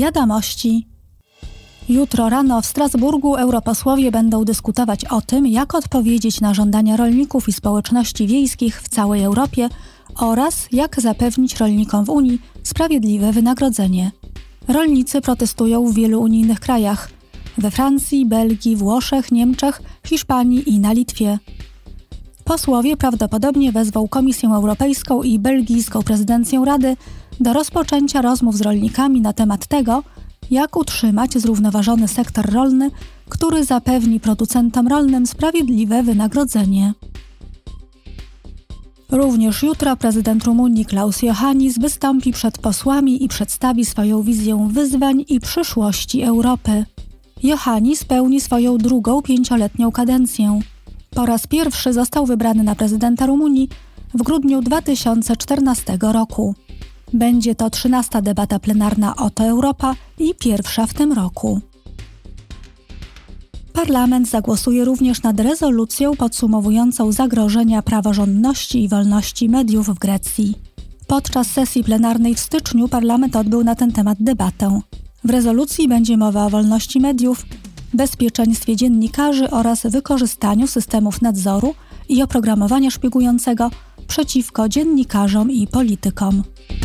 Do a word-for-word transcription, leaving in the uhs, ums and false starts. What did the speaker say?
Wiadomości. Jutro rano w Strasburgu europosłowie będą dyskutować o tym, jak odpowiedzieć na żądania rolników i społeczności wiejskich w całej Europie oraz jak zapewnić rolnikom w Unii sprawiedliwe wynagrodzenie. Rolnicy protestują w wielu unijnych krajach: we Francji, Belgii, Włoszech, Niemczech, Hiszpanii i na Litwie. Posłowie prawdopodobnie wezwą Komisję Europejską i belgijską prezydencję Rady do rozpoczęcia rozmów z rolnikami na temat tego, jak utrzymać zrównoważony sektor rolny, który zapewni producentom rolnym sprawiedliwe wynagrodzenie. Również jutro prezydent Rumunii Klaus Iohannis wystąpi przed posłami i przedstawi swoją wizję wyzwań i przyszłości Europy. Iohannis pełni swoją drugą pięcioletnią kadencję. Po raz pierwszy został wybrany na prezydenta Rumunii w grudniu dwa tysiące czternastego roku. Będzie to trzynasta debata plenarna Oto Europa i pierwsza w tym roku. Parlament zagłosuje również nad rezolucją podsumowującą zagrożenia praworządności i wolności mediów w Grecji. Podczas sesji plenarnej w styczniu parlament odbył na ten temat debatę. W rezolucji będzie mowa o wolności mediów, bezpieczeństwie dziennikarzy oraz wykorzystaniu systemów nadzoru i oprogramowania szpiegującego przeciwko dziennikarzom i politykom.